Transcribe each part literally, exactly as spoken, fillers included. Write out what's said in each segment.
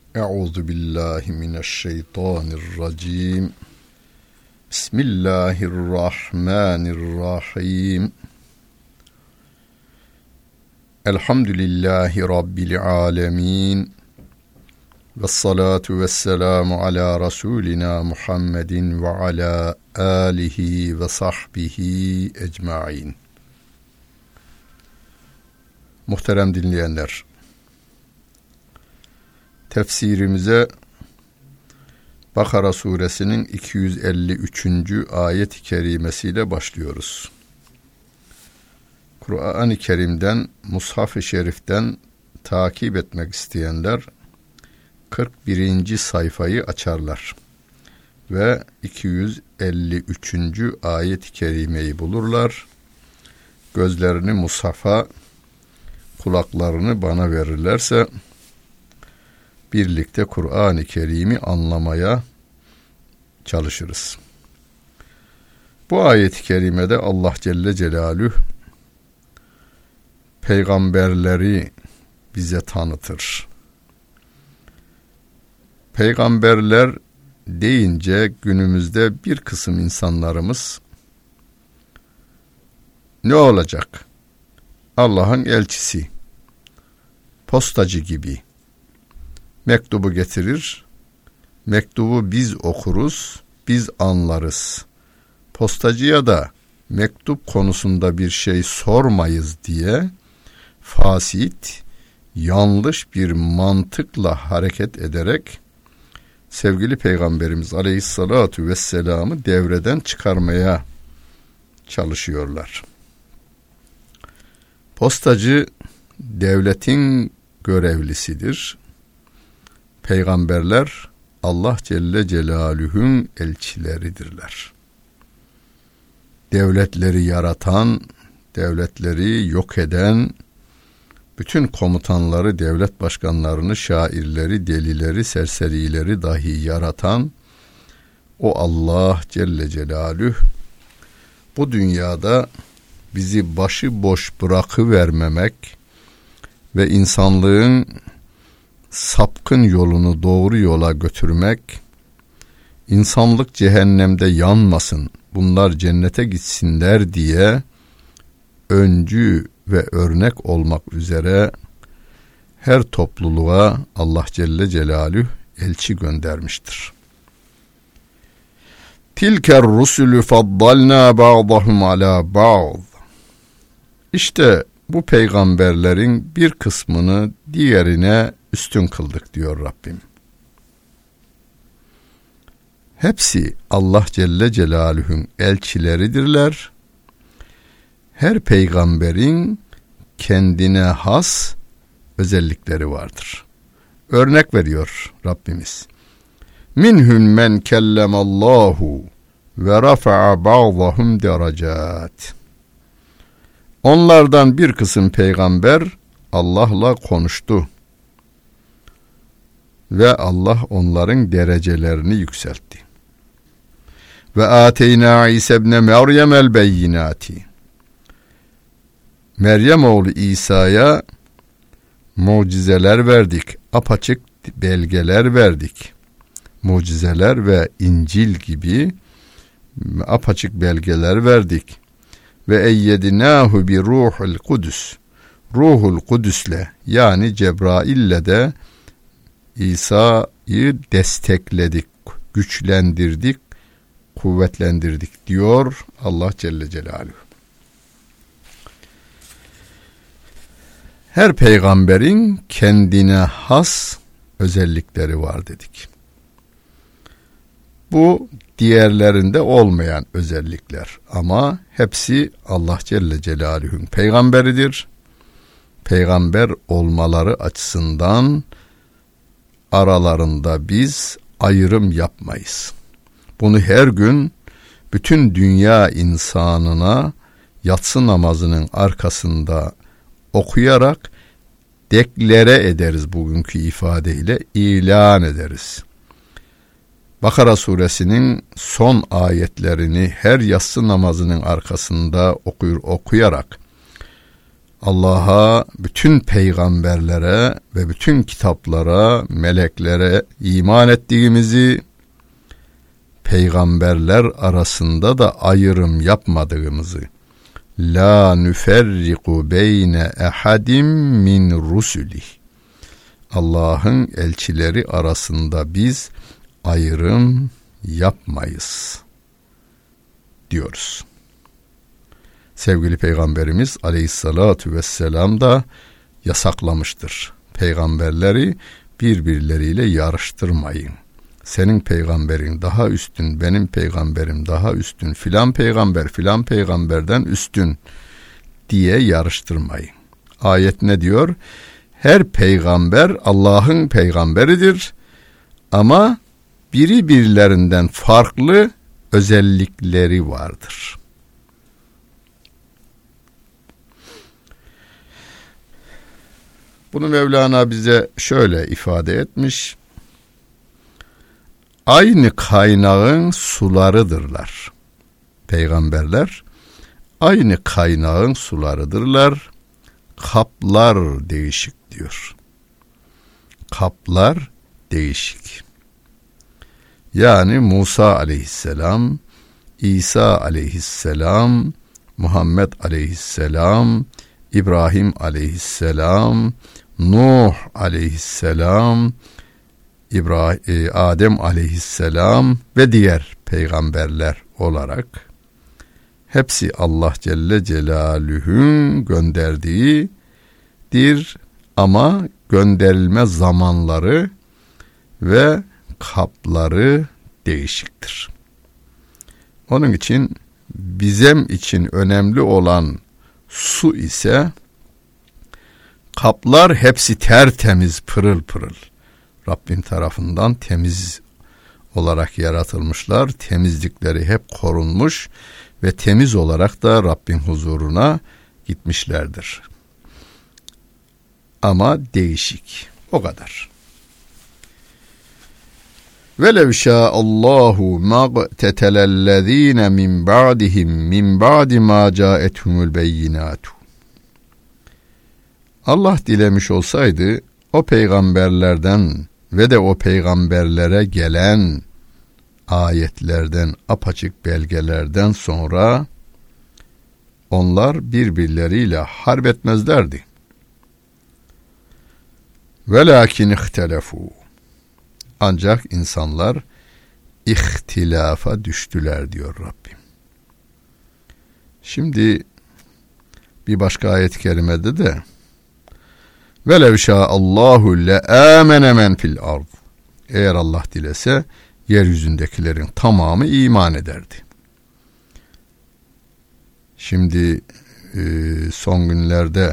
Euzu billahi mineşşeytanirracim. Bismillahirrahmanirrahim. Elhamdülillahi Rabbil alemin. Vessalatu vesselamu ala Resulina Muhammedin ve ala alihi ve sahbihi ecmain. Muhterem dinleyenler, tefsirimize Bakara suresinin iki yüz elli üçüncü ayet-i kerimesiyle başlıyoruz. Kur'an-ı Kerim'den, Mushaf-ı Şerif'ten takip etmek isteyenler kırk birinci sayfayı açarlar ve iki yüz elli üçüncü ayet-i kerimeyi bulurlar. Gözlerini Mushaf'a, kulaklarını bana verirlerse birlikte Kur'an-ı Kerim'i anlamaya çalışırız. Bu ayet-i kerimede Allah Celle Celaluhu peygamberleri bize tanıtır. Peygamberler deyince günümüzde bir kısım insanlarımız ne olacak? Allah'ın elçisi, postacı gibi mektubu getirir, mektubu biz okuruz, biz anlarız. Postacıya da mektup konusunda bir şey sormayız diye fasit, yanlış bir mantıkla hareket ederek sevgili Peygamberimiz Aleyhissalatu vesselam'ı devreden çıkarmaya çalışıyorlar. Postacı devletin görevlisidir. Peygamberler Allah Celle Celaluhu'nun elçileridirler. Devletleri yaratan, devletleri yok eden, bütün komutanları, devlet başkanlarını, şairleri, delileri, serserileri dahi yaratan o Allah Celle Celaluhu bu dünyada bizi başıboş bırakıvermemek ve insanlığın sapkın yolunu doğru yola götürmek, insanlık cehennemde yanmasın, bunlar cennete gitsinler diye öncü ve örnek olmak üzere her topluluğa Allah Celle Celaluhu elçi göndermiştir. Tilker rusulü faddalna ba'dahum ala ba'd. İşte bu peygamberlerin bir kısmını diğerine üstün kıldık diyor Rabbim. Hepsi Allah Celle Celaluhu'nun elçileridirler. Her peygamberin kendine has özellikleri vardır. Örnek veriyor Rabbimiz. Minhum men kellemallahu ve rafa'a ba'dahum derecat. Onlardan bir kısım peygamber Allah'la konuştu ve Allah onların derecelerini yükseltti. Ve ateyna İsa ibn Meryem el beyinati. Meryem oğlu İsa'ya mucizeler verdik, apaçık belgeler verdik. Mucizeler ve İncil gibi apaçık belgeler verdik. Ve eyyedinahu bi ruhul kudüs. Ruhul Kudüs'le yani Cebrail'le de İsa'yı destekledik, güçlendirdik, kuvvetlendirdik diyor Allah Celle Celaluhu. Her peygamberin kendine has özellikleri var dedik. Bu diğerlerinde olmayan özellikler ama hepsi Allah Celle Celaluhu'nun peygamberidir. Peygamber olmaları açısından aralarında biz ayrım yapmayız. Bunu her gün bütün dünya insanına yatsı namazının arkasında okuyarak deklare ederiz, bugünkü ifadeyle ilan ederiz. Bakara suresinin son ayetlerini her yatsı namazının arkasında okuyur, okuyarak Allah'a, bütün peygamberlere ve bütün kitaplara, meleklere iman ettiğimizi, peygamberler arasında da ayrım yapmadığımızı, la nüferriku beyne ehadim min rusulih, Allah'ın elçileri arasında biz ayrım yapmayız diyoruz. Sevgili Peygamberimiz Aleyhissalatu vesselam da yasaklamıştır. Peygamberleri birbirleriyle yarıştırmayın. Senin peygamberin daha üstün, benim peygamberim daha üstün, filan peygamber filan peygamberden üstün diye yarıştırmayın. Ayet ne diyor? Her peygamber Allah'ın peygamberidir ama biri birilerinden farklı özellikleri vardır. Bunu Mevlana bize şöyle ifade etmiş: aynı kaynağın sularıdırlar. Peygamberler aynı kaynağın sularıdırlar. Kaplar değişik diyor. Kaplar değişik. Yani Musa aleyhisselam, İsa aleyhisselam, Muhammed aleyhisselam, İbrahim aleyhisselam, Nuh aleyhisselam, İbrahim, Adem aleyhisselam ve diğer peygamberler olarak hepsi Allah Celle Celaluhu'nun gönderdiğidir ama gönderilme zamanları ve kapları değişiktir. Onun için bizim için önemli olan su ise kaplar hepsi tertemiz, pırıl pırıl. Rabbim tarafından temiz olarak yaratılmışlar. Temizlikleri hep korunmuş ve temiz olarak da Rabbin huzuruna gitmişlerdir. Ama değişik. O kadar. وَلَوْ شَاءَ اللّٰهُ مَغْتَتَلَ الَّذ۪ينَ مِنْ بَعْدِهِمْ مِنْ بَعْدِ مَا جَاءَتْهُمُ الْبَيِّنَاتُ. Allah dilemiş olsaydı o peygamberlerden ve de o peygamberlere gelen ayetlerden, apaçık belgelerden sonra onlar birbirleriyle harp etmezlerdi. وَلَاكِنْ اِخْتَلَفُوا. Ancak insanlar ihtilafa düştüler diyor Rabbim. Şimdi bir başka ayet-i kerimede de وَلَوْ شَاءَ اللّٰهُ لَآمَنَ مَنْ فِي الْأَرْضِ. Eğer Allah dilese yeryüzündekilerin tamamı iman ederdi. Şimdi e, son günlerde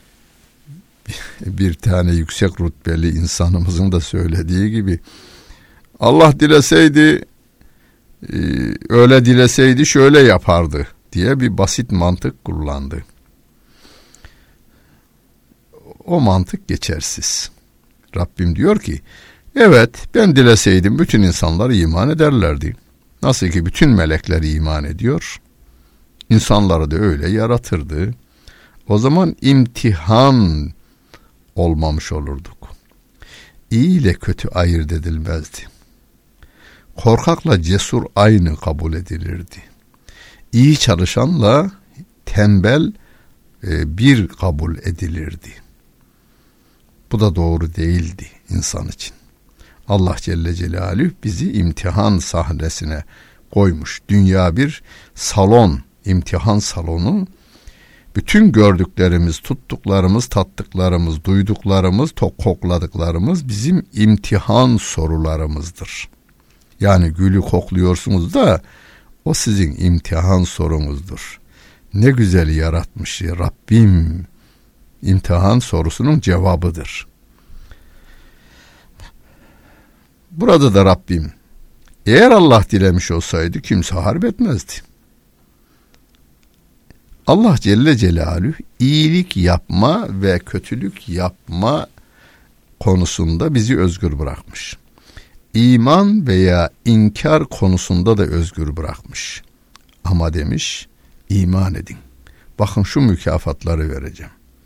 bir tane yüksek rütbeli insanımızın da söylediği gibi Allah dileseydi e, öyle dileseydi şöyle yapardı diye bir basit mantık kullandı. O mantık geçersiz. Rabbim diyor ki evet, ben dileseydim bütün insanlar iman ederlerdi. Nasıl ki bütün melekler iman ediyor, insanları da öyle yaratırdı. O zaman imtihan olmamış olurduk. İyi ile kötü ayırt edilmezdi. Korkakla cesur aynı kabul edilirdi. İyi çalışanla tembel e, bir kabul edilirdi. Bu da doğru değildi insan için. Allah Celle Celaluhu bizi imtihan sahnesine koymuş. Dünya bir salon, imtihan salonu. Bütün gördüklerimiz, tuttuklarımız, tattıklarımız, duyduklarımız, kokladıklarımız bizim imtihan sorularımızdır. Yani gülü kokluyorsunuz da o sizin imtihan sorunuzdur. Ne güzel yaratmış ya Rabbim, imtihan sorusunun cevabıdır. Burada da Rabbim, eğer Allah dilemiş olsaydı kimse harp etmezdi. Allah Celle Celaluhu iyilik yapma ve kötülük yapma konusunda bizi özgür bırakmış. İman veya inkar konusunda da özgür bırakmış. Ama demiş, iman edin. Bakın şu mükafatları vereceğim.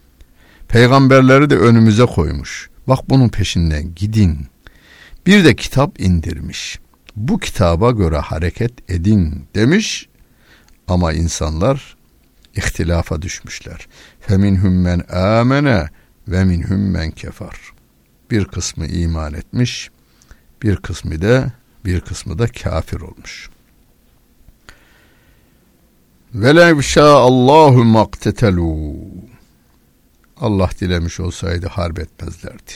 Peygamberleri de önümüze koymuş. Bak bunun peşinden gidin. Bir de kitap indirmiş. Bu kitaba göre hareket edin demiş. Ama insanlar ihtilafa düşmüşler. Feminhum men amene ve minhum men kefar. Bir kısmı iman etmiş, bir kısmı da bir kısmı da kafir olmuş. Velev şa'allahu maktetelu. Allah dilemiş olsaydı harp etmezlerdi.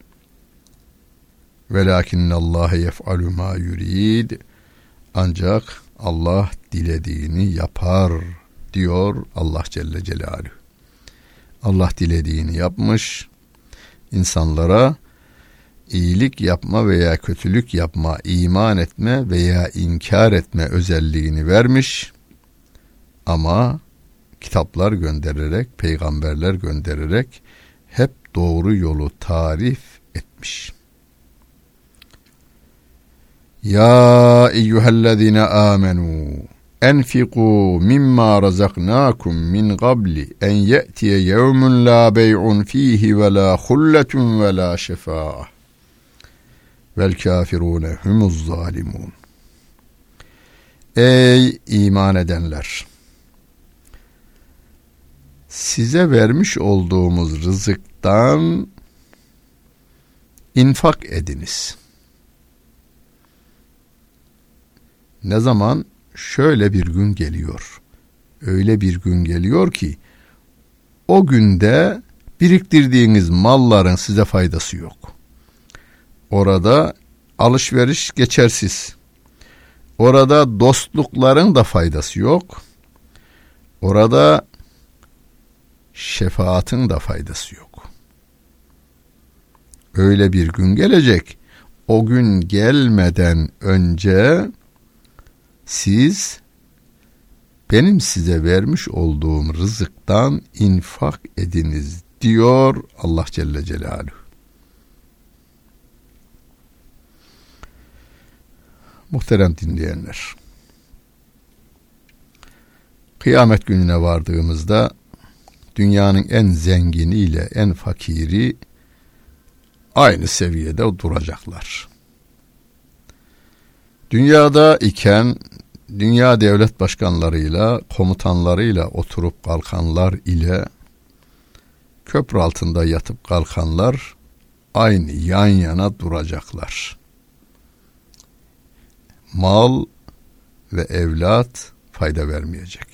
Velakinnallâhe yef'alü mâ yurid. Ancak Allah dilediğini yapar diyor Allah Celle Celaluhu. Allah dilediğini yapmış. İnsanlara iyilik yapma veya kötülük yapma, iman etme veya inkar etme özelliğini vermiş. Ama kitaplar göndererek, peygamberler göndererek hep doğru yolu tarif etmiş. Ya eyyühellezine amenu enfiqu mimma razaknakum min qabli en ye'tiye yevmun la bey'un fihi ve la hulletun ve la şefa'a vel kafirune humuz zalimun. Ey iman edenler! Size vermiş olduğumuz rızıktan infak ediniz. Ne zaman? Şöyle bir gün geliyor. Öyle bir gün geliyor ki o günde biriktirdiğiniz malların size faydası yok. Orada alışveriş geçersiz. Orada dostlukların da faydası yok. Orada şefaatin de faydası yok. Öyle bir gün gelecek. O gün gelmeden önce siz benim size vermiş olduğum rızıktan infak ediniz diyor Allah Celle Celaluhu. Muhterem dinleyenler, kıyamet gününe vardığımızda dünyanın en zenginiyle en fakiri aynı seviyede duracaklar. Dünyada iken dünya devlet başkanlarıyla, komutanlarıyla oturup kalkanlar ile köprü altında yatıp kalkanlar aynı yan yana duracaklar. Mal ve evlat fayda vermeyecek.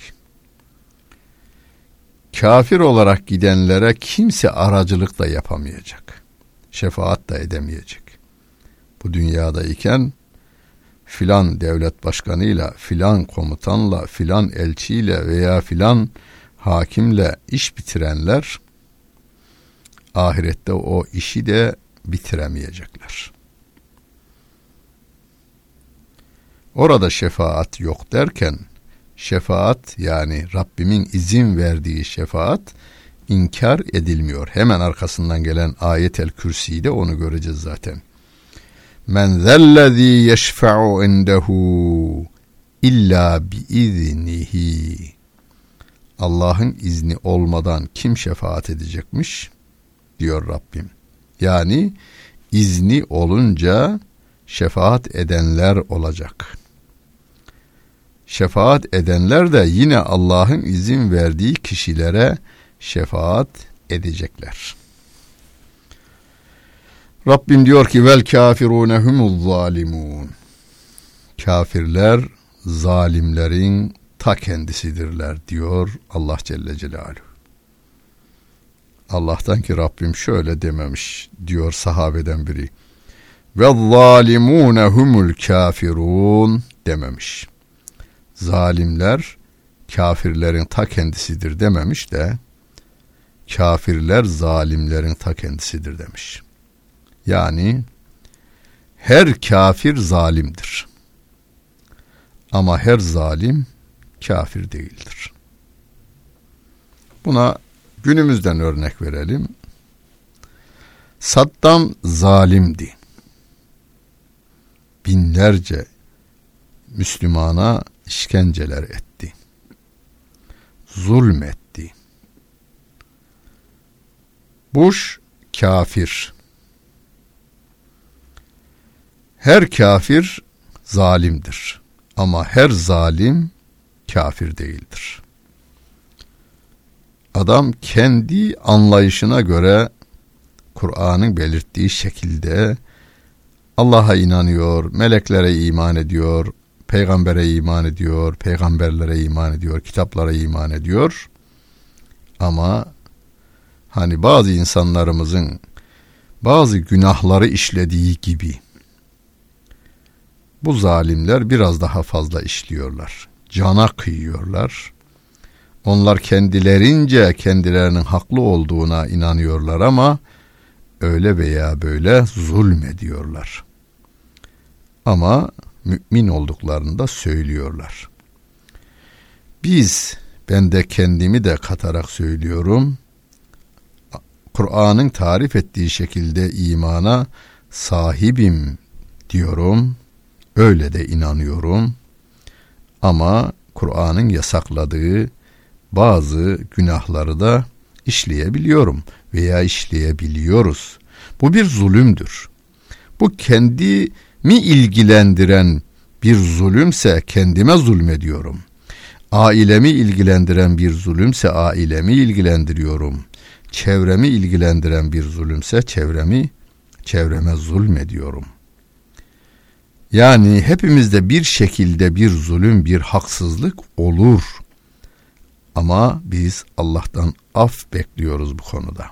Kafir olarak gidenlere kimse aracılık da yapamayacak. Şefaat da edemeyecek. Bu dünyadayken filan devlet başkanıyla, filan komutanla, filan elçiyle veya filan hakimle iş bitirenler ahirette o işi de bitiremeyecekler. Orada şefaat yok derken, şefaat yani Rabbimin izin verdiği şefaat inkar edilmiyor. Hemen arkasından gelen ayet-el kürsüde onu göreceğiz zaten. Men zellezî yeşfe'u indehu illa biiznihi. Allah'ın izni olmadan kim şefaat edecekmiş? Diyor Rabbim. Yani izni olunca şefaat edenler olacak. Şefaat edenler de yine Allah'ın izin verdiği kişilere şefaat edecekler. Rabbim diyor ki vel kafirune humuz zalimun. Kafirler zalimlerin ta kendisidirler diyor Allah Celle Celaluhu. Allah'tan ki Rabbim şöyle dememiş diyor sahabeden biri. Ve zalimune humul kafirun dememiş. Zalimler kafirlerin ta kendisidir dememiş de kafirler zalimlerin ta kendisidir demiş. Yani her kafir zalimdir. Ama her zalim kafir değildir. Buna günümüzden örnek verelim. Saddam zalimdi. Binlerce Müslümana işkenceler etti. Zulmetti. Bush kafir. Her kafir zalimdir. Ama her zalim kafir değildir. Adam kendi anlayışına göre Kur'an'ın belirttiği şekilde Allah'a inanıyor, meleklere iman ediyor, peygambere iman ediyor, peygamberlere iman ediyor, kitaplara iman ediyor. Ama hani bazı insanlarımızın bazı günahları işlediği gibi bu zalimler biraz daha fazla işliyorlar. Cana kıyıyorlar. Onlar kendilerince kendilerinin haklı olduğuna inanıyorlar ama öyle veya böyle zulmediyorlar. Ama mümin olduklarını da söylüyorlar. Biz, ben de kendimi de katarak söylüyorum, Kur'an'ın tarif ettiği şekilde imana sahibim diyorum, öyle de inanıyorum. Ama Kur'an'ın yasakladığı bazı günahları da işleyebiliyorum veya işleyebiliyoruz. Bu bir zulümdür. Bu kendimi ilgilendiren bir zulümse kendime zulmediyorum. Ailemi ilgilendiren bir zulümse ailemi ilgilendiriyorum. Çevremi ilgilendiren bir zulümse çevremi, çevreme zulmediyorum. Yani hepimizde bir şekilde bir zulüm, bir haksızlık olur. Ama biz Allah'tan af bekliyoruz bu konuda.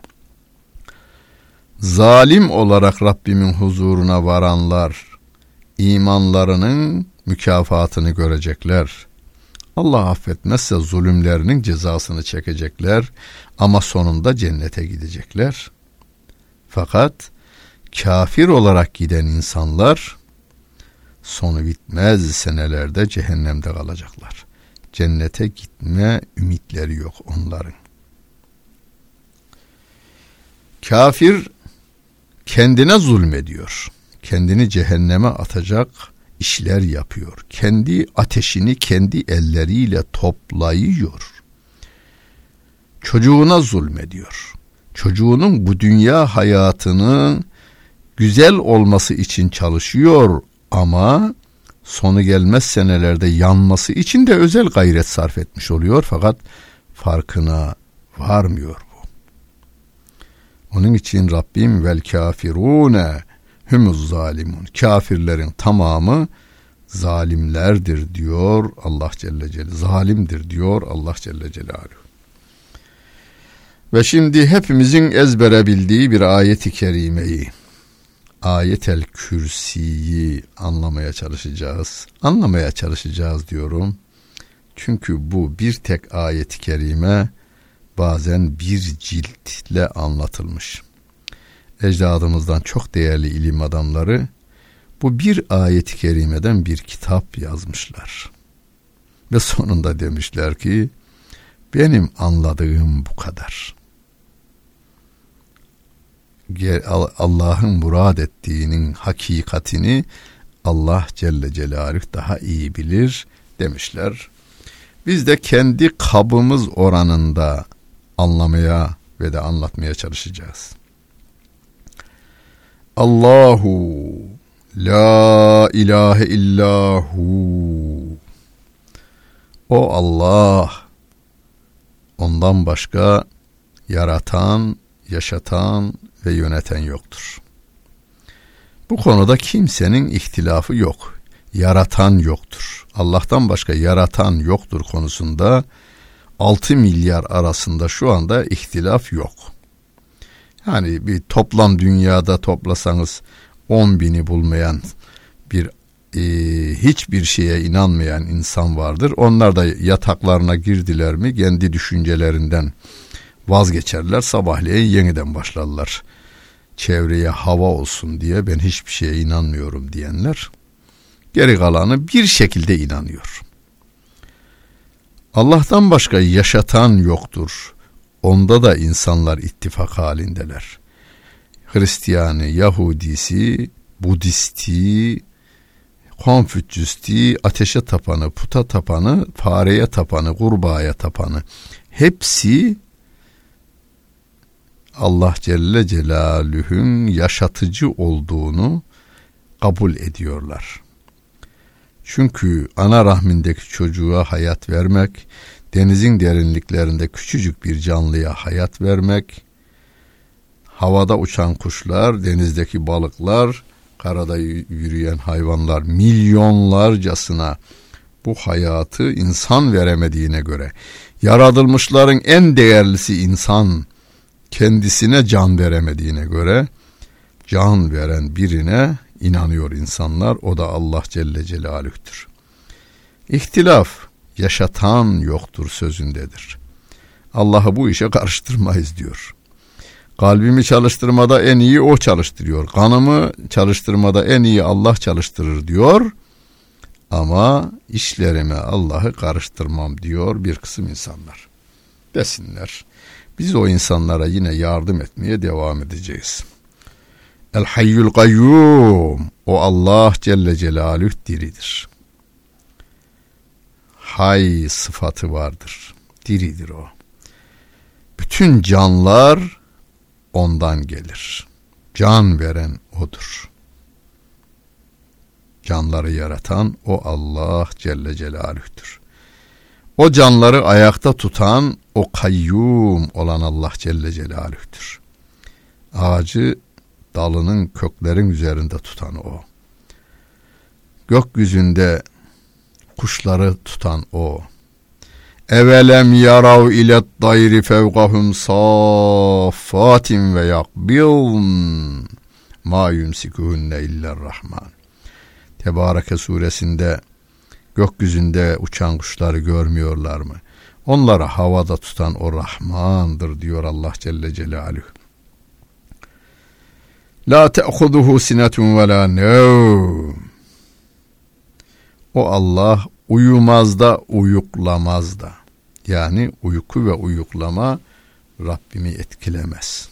Zalim olarak Rabbimin huzuruna varanlar imanlarının mükafatını görecekler. Allah affetmezse zulümlerinin cezasını çekecekler ama sonunda cennete gidecekler. Fakat kafir olarak giden insanlar sonu bitmez senelerde cehennemde kalacaklar. Cennete gitme ümitleri yok onların. Kafir kendine zulmediyor. Kendini cehenneme atacak işler yapıyor. Kendi ateşini kendi elleriyle toplayıyor. Çocuğuna zulmediyor. Çocuğunun bu dünya hayatının güzel olması için çalışıyor ama sonu gelmez senelerde yanması için de özel gayret sarf etmiş oluyor fakat farkına varmıyor bu. Onun için Rabbim vel kafirune humuz zalimun. Kafirlerin tamamı zalimlerdir diyor Allah Celle Celaluhu. Zalimdir diyor Allah Celle Celaluhu. Ve şimdi hepimizin ezbere bildiği bir ayet-i kerimeyi, Ayet-el Kürsi'yi anlamaya çalışacağız. Anlamaya çalışacağız diyorum. Çünkü bu bir tek ayet-i kerime bazen bir ciltle anlatılmış. Ecdadımızdan çok değerli ilim adamları bu bir ayet-i kerimeden bir kitap yazmışlar. Ve sonunda demişler ki benim anladığım bu kadar. Allah'ın murad ettiğinin hakikatini Allah Celle Celaluhu daha iyi bilir demişler. Biz de kendi kabımız oranında anlamaya ve de anlatmaya çalışacağız. Allahu la ilahe illahu. O Allah, ondan başka yaratan, yaşatan ve yöneten yoktur. Bu konuda kimsenin ihtilafı yok. Yaratan yoktur. Allah'tan başka yaratan yoktur konusunda altı milyar arasında şu anda ihtilaf yok. Yani bir toplam dünyada toplasanız on bini bulmayan bir e, hiçbir şeye inanmayan insan vardır. Onlar da yataklarına girdiler mi kendi düşüncelerinden vazgeçerler, sabahleyin yeniden başlarlar. Çevreye hava olsun diye ben hiçbir şeye inanmıyorum diyenler, geri kalanı bir şekilde inanıyor. Allah'tan başka yaşatan yoktur. Onda da insanlar ittifak halindeler. Hristiyanı, Yahudisi, Budisti, Konfüçyüsti, ateşe tapanı, puta tapanı, fareye tapanı, kurbağaya tapanı hepsi Allah Celle Celaluhu'nun yaşatıcı olduğunu kabul ediyorlar. Çünkü ana rahmindeki çocuğa hayat vermek, denizin derinliklerinde küçücük bir canlıya hayat vermek, havada uçan kuşlar, denizdeki balıklar, karada yürüyen hayvanlar milyonlarcasına bu hayatı insan veremediğine göre, yaratılmışların en değerlisi insan kendisine can veremediğine göre, can veren birine inanıyor insanlar. O da Allah Celle Celaluh'tür. İhtilaf yaşatan yoktur sözündedir. Allah'ı bu işe karıştırmayız diyor. Kalbimi çalıştırmada en iyi o çalıştırıyor. Kanımı çalıştırmada en iyi Allah çalıştırır diyor. Ama işlerime Allah'ı karıştırmam diyor bir kısım insanlar. Desinler. Biz o insanlara yine yardım etmeye devam edeceğiz. El Hayyul Kayyum, o Allah Celle Celaluhu diridir. Hay sıfatı vardır. Diridir o. Bütün canlar ondan gelir. Can veren odur. Canları yaratan o Allah Celle Celaluhu'dur. O canları ayakta tutan o kayyum olan Allah Celle Celaluhu'dur. Ağacı dalının köklerin üzerinde tutan o. Gökyüzünde kuşları tutan o. Evelem yarav ilet dayri fevkahum saffatin ve yakbiln ma yumsikuhunne illerrahman. Tebareke suresinde gökyüzünde uçan kuşları görmüyorlar mı? Onları havada tutan o Rahman'dır diyor Allah Celle Celaluhu. La te'huduhu sinetun ve la nevm. O Allah uyumaz da uyuklamaz da. Yani uyku ve uyuklama Rabbimi etkilemez.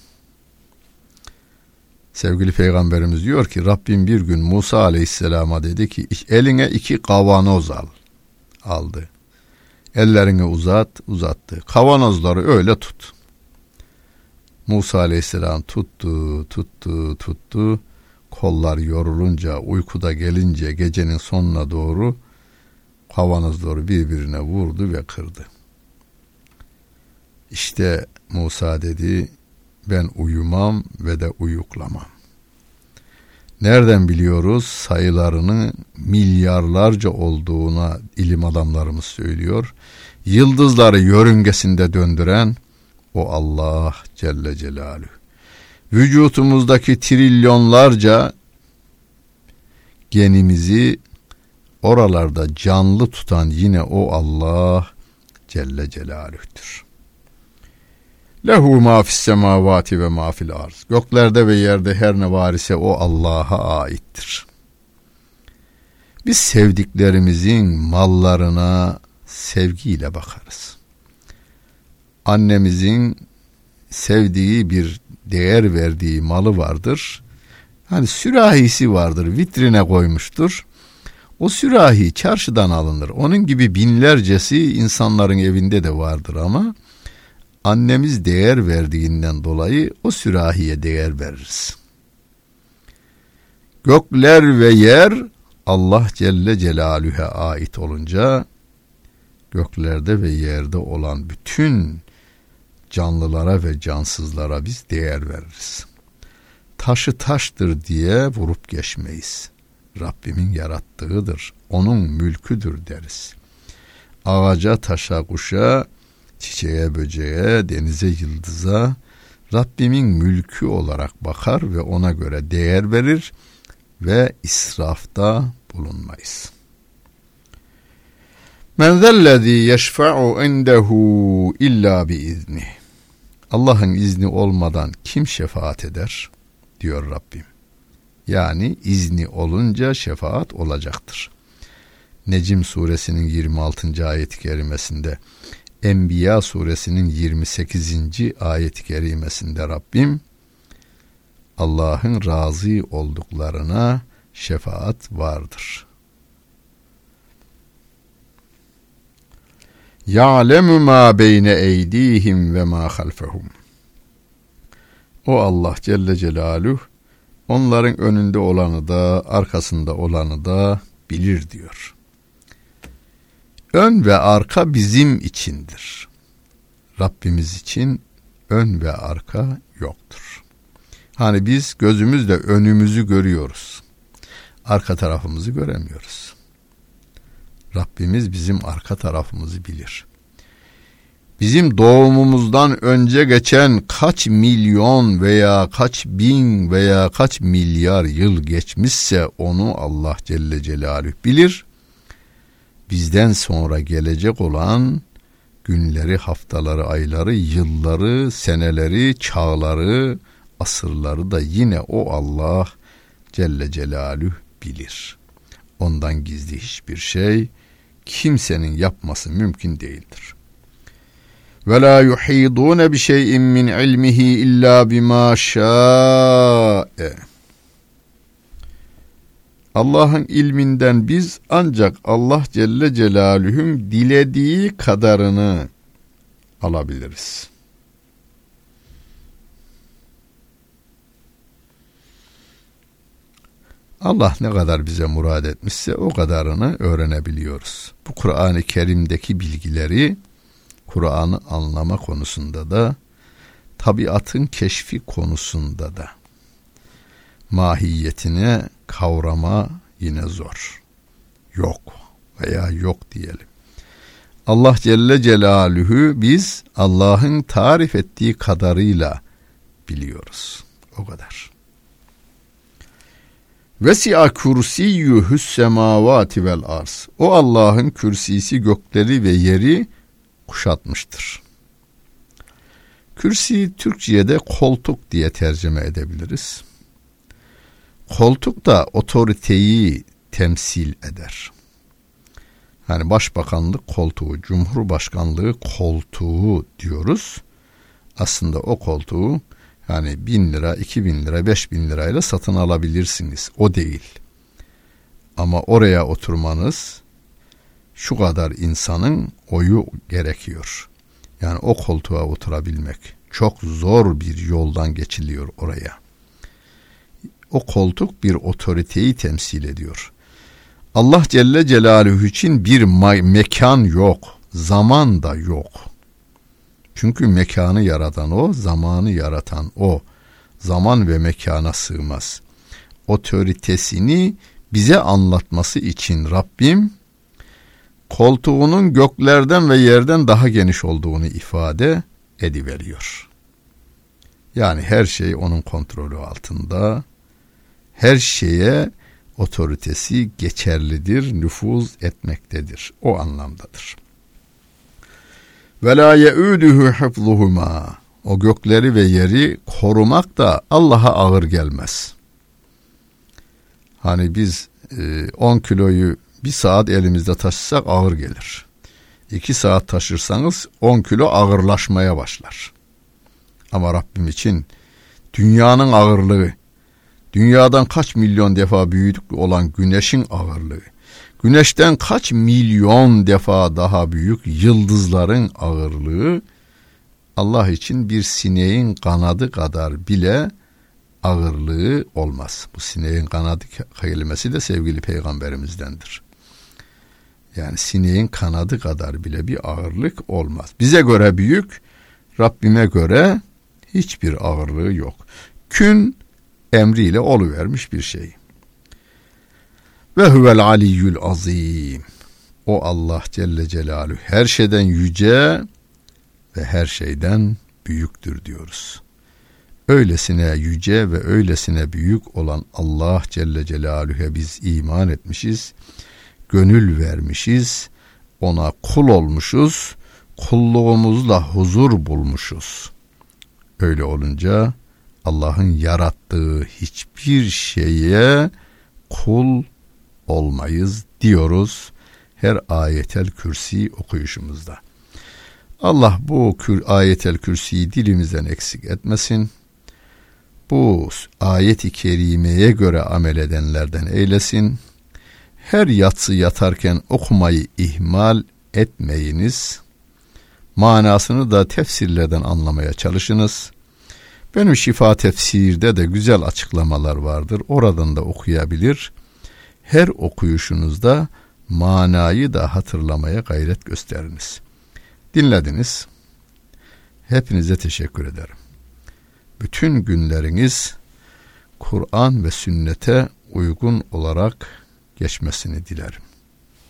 Sevgili Peygamberimiz diyor ki Rabbim bir gün Musa Aleyhisselam'a dedi ki eline iki kavanoz al. Aldı. Ellerini uzat, uzattı. Kavanozları öyle tut. Musa Aleyhisselam tuttu, tuttu, tuttu. Kollar yorulunca, uykuda gelince gecenin sonuna doğru kavanozları birbirine vurdu ve kırdı. İşte Musa dedi, ben uyumam ve de uyuklamam. Nereden biliyoruz? Sayılarının milyarlarca olduğuna ilim adamlarımız söylüyor. Yıldızları yörüngesinde döndüren o Allah Celle Celaluhu. Vücutumuzdaki trilyonlarca genimizi oralarda canlı tutan yine o Allah Celle Celaluhu'dur. Lehu ma fis semavati ve ma fil arz. Göklerde ve yerde her ne var ise o Allah'a aittir. Biz sevdiklerimizin mallarına sevgiyle bakarız. Annemizin sevdiği bir değer verdiği malı vardır. Hani sürahisi vardır, vitrine koymuştur. O sürahi çarşıdan alınır. Onun gibi binlercesi insanların evinde de vardır ama annemiz değer verdiğinden dolayı o sürahiye değer veririz. Gökler ve yer Allah Celle Celaluhu'ya ait olunca göklerde ve yerde olan bütün canlılara ve cansızlara biz değer veririz. Taşı taştır diye vurup geçmeyiz. Rabbimin yarattığıdır, onun mülküdür deriz. Ağaca, taşa, kuşa, çiçeğe, böceğe, denize, yıldıza Rabbimin mülkü olarak bakar ve ona göre değer verir ve israfta bulunmayız. Men zellezî yeşfe'u indehu illa biiznih. Allah'ın izni olmadan kim şefaat eder? Diyor Rabbim. Yani izni olunca şefaat olacaktır. Necm suresinin yirmi altıncı ayet-i kerimesinde, Enbiya suresinin yirmi sekizinci ayet-i kerimesinde Rabbim Allah'ın razı olduklarına şefaat vardır. Ya'lemu ma beyne eydihim ve ma halfehum. O Allah Celle Celaluhu onların önünde olanı da arkasında olanı da bilir diyor. Ön ve arka bizim içindir. Rabbimiz için ön ve arka yoktur. Hani biz gözümüzle önümüzü görüyoruz. Arka tarafımızı göremiyoruz. Rabbimiz bizim arka tarafımızı bilir. Bizim doğumumuzdan önce geçen kaç milyon veya kaç bin veya kaç milyar yıl geçmişse onu Allah Celle Celaluhu bilir. Bizden sonra gelecek olan günleri, haftaları, ayları, yılları, seneleri, çağları, asırları da yine o Allah Celle Celaluhu bilir. Ondan gizli hiçbir şey kimsenin yapması mümkün değildir. Ve la yuhidun bi şey'in min ilmihi illa bima şa'e. Allah'ın ilminden biz ancak Allah Celle Celaluhu'nun dilediği kadarını alabiliriz. Allah ne kadar bize murad etmişse o kadarını öğrenebiliyoruz. Bu Kur'an-ı Kerim'deki bilgileri Kur'an'ı anlama konusunda da, tabiatın keşfi konusunda da, mahiyetine kavrama yine zor. Yok veya yok diyelim. Allah Celle Celaluhu biz Allah'ın tarif ettiği kadarıyla biliyoruz. O kadar. Vesi'a kursiyyuhus semavati vel arz. O Allah'ın kürsisi gökleri ve yeri kuşatmıştır. Kürsi Türkçe'ye de koltuk diye tercüme edebiliriz. Koltuk da otoriteyi temsil eder. Yani başbakanlık koltuğu, cumhurbaşkanlığı koltuğu diyoruz. Aslında o koltuğu yani bin lira, iki bin lira, beş bin lirayla satın alabilirsiniz. O değil. Ama oraya oturmanız şu kadar insanın oyu gerekiyor. Yani o koltuğa oturabilmek çok zor bir yoldan geçiliyor oraya. O koltuk bir otoriteyi temsil ediyor. Allah Celle Celaluhu için bir mekan yok, zaman da yok. Çünkü mekanı yaratan o, zamanı yaratan o. Zaman ve mekana sığmaz. Otoritesini bize anlatması için Rabbim koltuğunun göklerden ve yerden daha geniş olduğunu ifade ediveriyor. Yani her şey onun kontrolü altında. Her şeye otoritesi geçerlidir, nüfuz etmektedir. O anlamdadır. Ve la yeuduhu hifzuhuma. O gökleri ve yeri korumak da Allah'a ağır gelmez. Hani biz on kiloyu bir saat elimizde taşısak ağır gelir. iki saat taşırsanız on kilo ağırlaşmaya başlar. Ama Rabbim için dünyanın ağırlığı, dünyadan kaç milyon defa büyük olan güneşin ağırlığı, güneşten kaç milyon defa daha büyük yıldızların ağırlığı, Allah için bir sineğin kanadı kadar bile ağırlığı olmaz. Bu sineğin kanadı kelimesi de sevgili peygamberimizdendir. Yani sineğin kanadı kadar bile bir ağırlık olmaz. Bize göre büyük, Rabbime göre hiçbir ağırlığı yok. Kün emriyle oluvermiş bir şey. Ve huvel aliyyül azim. O Allah Celle Celaluhu her şeyden yüce ve her şeyden büyüktür diyoruz. Öylesine yüce ve öylesine büyük olan Allah Celle Celaluhu'ya biz iman etmişiz, gönül vermişiz, ona kul olmuşuz, kulluğumuzla huzur bulmuşuz. Öyle olunca Allah'ın yarattığı hiçbir şeye kul olmayız diyoruz her ayetel kürsi okuyuşumuzda. Allah bu ayetel kürsiyi dilimizden eksik etmesin. Bu ayet-i kerimeye göre amel edenlerden eylesin. Her yatsı yatarken okumayı ihmal etmeyiniz. Manasını da tefsirlerden anlamaya çalışınız. Benim Şifa Tefsir'de de güzel açıklamalar vardır. Oradan da okuyabilir. Her okuyuşunuzda manayı da hatırlamaya gayret gösteriniz. Dinlediniz. Hepinize teşekkür ederim. Bütün günleriniz Kur'an ve sünnete uygun olarak geçmesini dilerim.